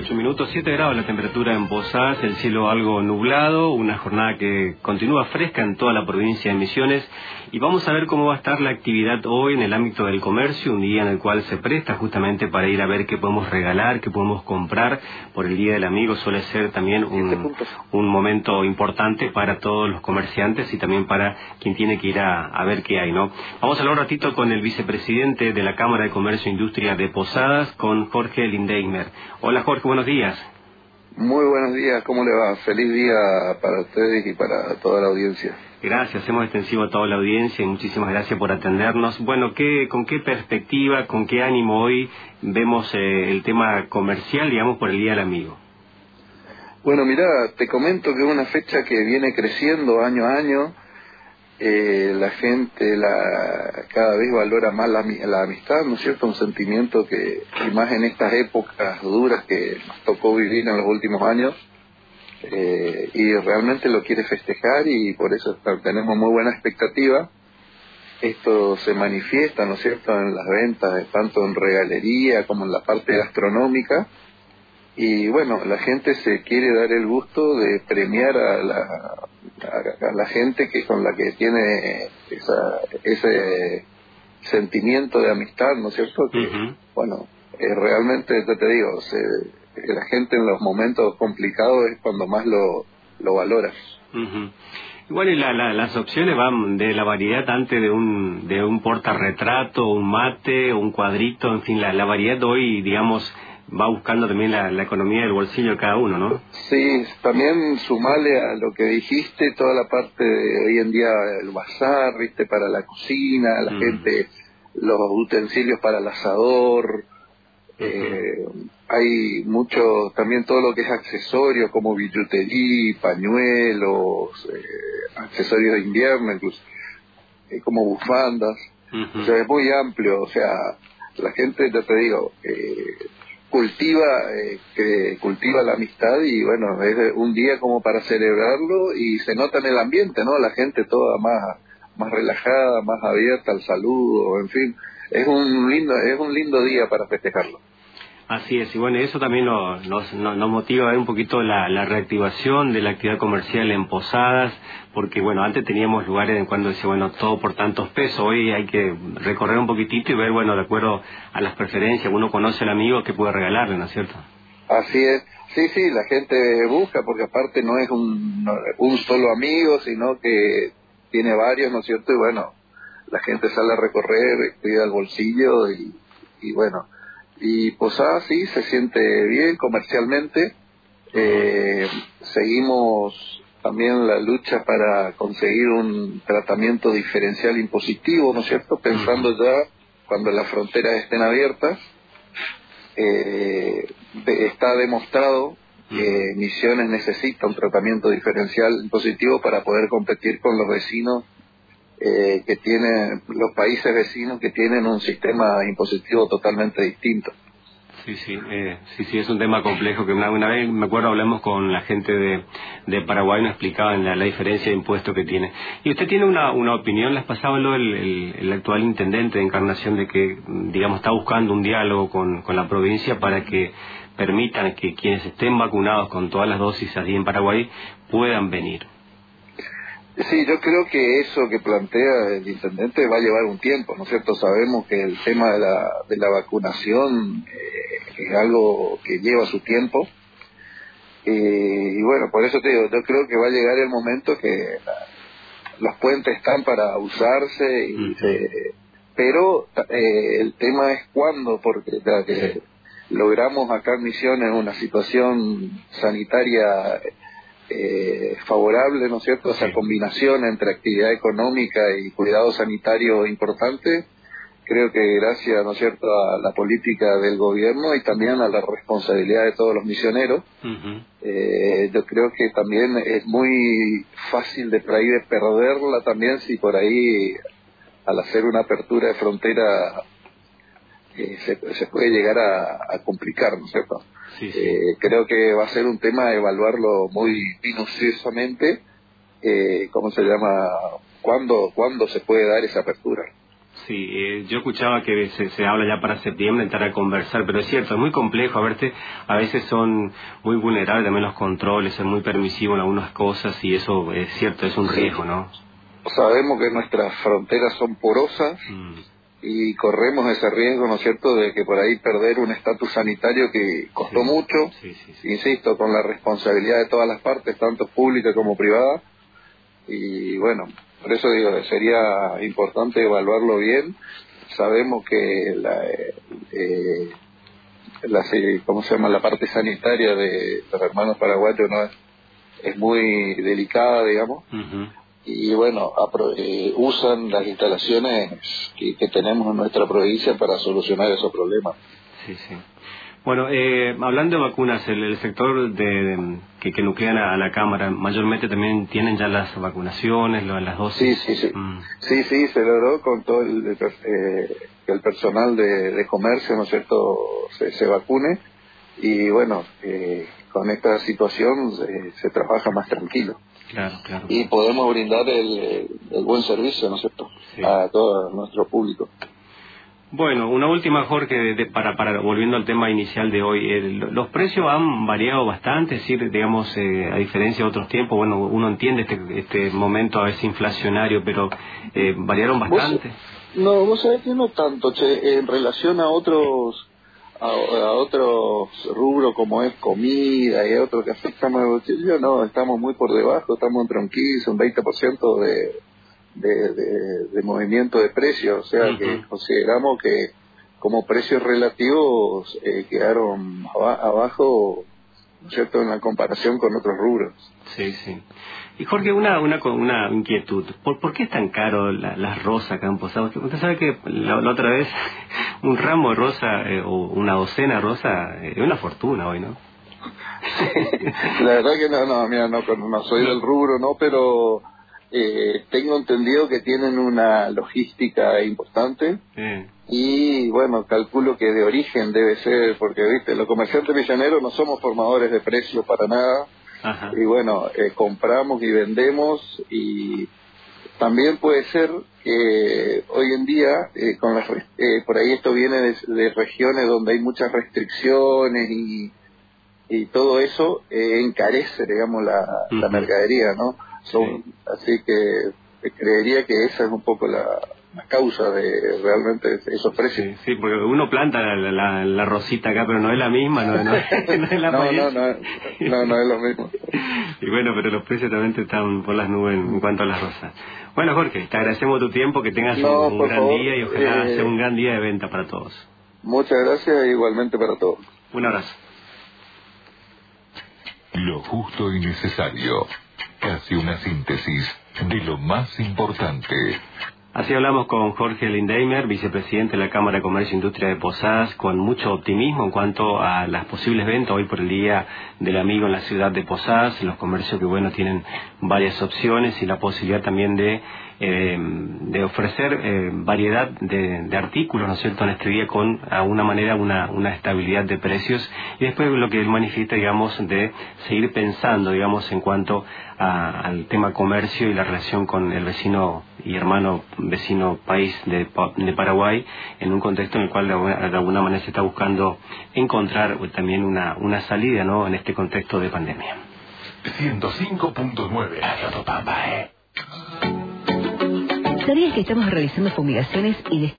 8 minutos, 7 grados la temperatura en Posadas, el cielo algo nublado, una jornada que continúa fresca en toda la provincia de Misiones, y vamos a ver cómo va a estar la actividad hoy en el ámbito del comercio, un día en el cual se presta justamente para ir a ver qué podemos regalar, qué podemos comprar. Por el Día del Amigo suele ser también un momento importante para todos los comerciantes y también para quien tiene que ir a ver qué hay, ¿no? Vamos a hablar un ratito con el vicepresidente de la Cámara de Comercio e Industria de Posadas, con Jorge Lindeimer. Hola Jorge, buenos días. Muy buenos días, ¿cómo le va? Feliz día para ustedes y para toda la audiencia. Gracias, hacemos extensivo a toda la audiencia y muchísimas gracias por atendernos. Bueno, ¿con qué perspectiva, con qué ánimo hoy vemos el tema comercial, digamos, por el Día del Amigo? Bueno, mirá, te comento que es una fecha que viene creciendo año a año. La gente cada vez valora más la amistad, ¿no es cierto? Un sentimiento que, y más en estas épocas duras que nos tocó vivir en los últimos años, y realmente lo quiere festejar, y por eso tenemos muy buena expectativa. Esto se manifiesta, ¿no es cierto?, en las ventas, tanto en regalería como en la parte gastronómica. Y bueno, la gente se quiere dar el gusto de premiar a la gente con la que tiene ese sentimiento de amistad, ¿no es cierto? Que, bueno, realmente, te digo, la gente en los momentos complicados es cuando más lo valora. Igual y las opciones van de la variedad antes de un portarretrato, un mate, un cuadrito, en fin, la variedad hoy, digamos, va buscando también la economía del bolsillo de cada uno, ¿no? Sí, también sumarle a lo que dijiste, toda la parte de hoy en día, el bazar, viste, para la cocina, la gente, los utensilios para el asador, hay mucho, también todo lo que es accesorio, como billutería, pañuelos, accesorios de invierno, incluso, como bufandas, o sea, es muy amplio, o sea, la gente, ya te digo, cultiva la amistad, y bueno, es un día como para celebrarlo, y se nota en el ambiente, ¿no? La gente toda más relajada, más abierta al saludo, en fin, es un lindo día para festejarlo. Así es, y bueno, eso también nos motiva a ver un poquito la reactivación de la actividad comercial en Posadas, porque bueno, antes teníamos lugares en cuando decía, bueno, todo por tantos pesos, hoy hay que recorrer un poquitito y ver, bueno, de acuerdo a las preferencias, uno conoce al amigo que puede regalarle, ¿no es cierto? Así es, sí, la gente busca, porque aparte no es un solo amigo, sino que tiene varios, ¿no es cierto? Y bueno, la gente sale a recorrer, cuida el bolsillo, y bueno, y Posadas sí se siente bien comercialmente. Seguimos también la lucha para conseguir un tratamiento diferencial impositivo, ¿no es cierto?, pensando ya cuando las fronteras estén abiertas. Está demostrado que Misiones necesita un tratamiento diferencial impositivo para poder competir con los vecinos, que tienen los países vecinos, que tienen un sistema impositivo totalmente distinto. Sí, es un tema complejo que una vez, me acuerdo, hablamos con la gente de Paraguay, nos explicaban la diferencia de impuestos que tiene. Y usted tiene una opinión, las pasaba el actual intendente de Encarnación, de que, digamos, está buscando un diálogo con la provincia para que permitan que quienes estén vacunados con todas las dosis allí en Paraguay puedan venir. Sí, yo creo que eso que plantea el intendente va a llevar un tiempo, ¿no es cierto? Sabemos que el tema de la vacunación es algo que lleva su tiempo, y bueno, por eso te digo, yo creo que va a llegar el momento que los puentes están para usarse, pero el tema es cuándo, porque ya que logramos acá en Misiones una situación sanitaria favorable, ¿no es cierto? Esa combinación entre actividad económica y cuidado sanitario importante, creo que gracias, ¿no es cierto?, a la política del gobierno y también a la responsabilidad de todos los misioneros, yo creo que también es muy fácil de por ahí de perderla también, si por ahí al hacer una apertura de frontera se puede llegar a complicar, ¿no es cierto? Creo que va a ser un tema de evaluarlo muy minuciosamente, ¿cómo se llama? ¿Cuándo se puede dar esa apertura? Sí, yo escuchaba que se habla ya para septiembre, entrar a conversar, pero es cierto, es muy complejo, a veces son muy vulnerables también los controles, es muy permisivo en algunas cosas y eso es cierto, es un riesgo, ¿no? Sabemos que nuestras fronteras son porosas y corremos ese riesgo, ¿no es cierto?, de que por ahí perder un estatus sanitario que costó mucho, insisto, con la responsabilidad de todas las partes, tanto pública como privada, y bueno, por eso digo, sería importante evaluarlo bien. Sabemos que ¿cómo se llama?, la parte sanitaria de los hermanos paraguayos no es muy delicada, digamos, y bueno, usan las instalaciones que tenemos en nuestra provincia para solucionar esos problemas. Sí. Bueno, hablando de vacunas, el sector que nuclean a la Cámara, mayormente también tienen ya las vacunaciones, las dosis. Sí, se logró con todo que el personal de comercio, ¿no es cierto?, se vacune, y bueno, con esta situación se trabaja más tranquilo. Claro. Y podemos brindar el buen servicio, ¿no es cierto?, a todo nuestro público. Bueno, una última, Jorge, para volviendo al tema inicial de hoy. Los precios han variado bastante, es decir, digamos, a diferencia de otros tiempos. Bueno, uno entiende este momento a veces inflacionario, pero variaron bastante. Vos sabés que no tanto, en relación a otros rubros como es comida y otros que afectan al bolsillo, no, estamos muy por debajo, estamos entre un 15, un 20% de movimiento de precios, o sea que consideramos que como precios relativos quedaron abajo, ¿no es cierto?, en la comparación con otros rubros. Sí. Y Jorge, una inquietud. ¿Por qué es tan caro las rosas acá en Posadas? Usted sabe que la otra vez un ramo de rosa o una docena de rosa es una fortuna hoy, ¿no? La verdad que no soy del rubro, ¿no? Pero tengo entendido que tienen una logística importante. Y bueno, calculo que de origen debe ser, porque viste, los comerciantes misioneros no somos formadores de precios para nada. Y bueno, compramos y vendemos, y también puede ser que hoy en día por ahí esto viene de regiones donde hay muchas restricciones y todo eso encarece, digamos, la mercadería, ¿no? Así que creería que esa es un poco la causa de realmente esos precios. Sí, porque uno planta la rosita acá, pero no es la misma, no es la no es lo mismo. Y bueno, pero los precios también están por las nubes en cuanto a las rosas. Bueno, Jorge, te agradecemos tu tiempo, que tengas un gran día y ojalá sea un gran día de venta para todos. Muchas gracias, igualmente para todos. Un abrazo. Lo justo y necesario. Casi una síntesis de lo más importante. Así hablamos con Jorge Lindeimer, vicepresidente de la Cámara de Comercio e Industria de Posadas, con mucho optimismo en cuanto a las posibles ventas hoy por el Día del Amigo en la ciudad de Posadas. Los comercios que, bueno, tienen varias opciones y la posibilidad también de ofrecer variedad de artículos, ¿no es cierto?, en este día con, a una manera, una estabilidad de precios. Y después lo que él manifiesta, digamos, de seguir pensando, digamos, en cuanto al tema comercio y la relación con el vecino país de Paraguay, en un contexto en el cual de alguna manera se está buscando encontrar también una salida, ¿no?, en este contexto de pandemia. 105.9 ¿Sabías que estamos realizando fumigaciones y